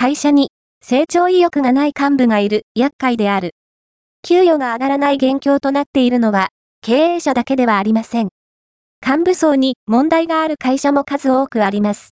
会社に成長意欲がない幹部がいる厄介である。給与が上がらない現況となっているのは経営者だけではありません。幹部層に問題がある会社も数多くあります。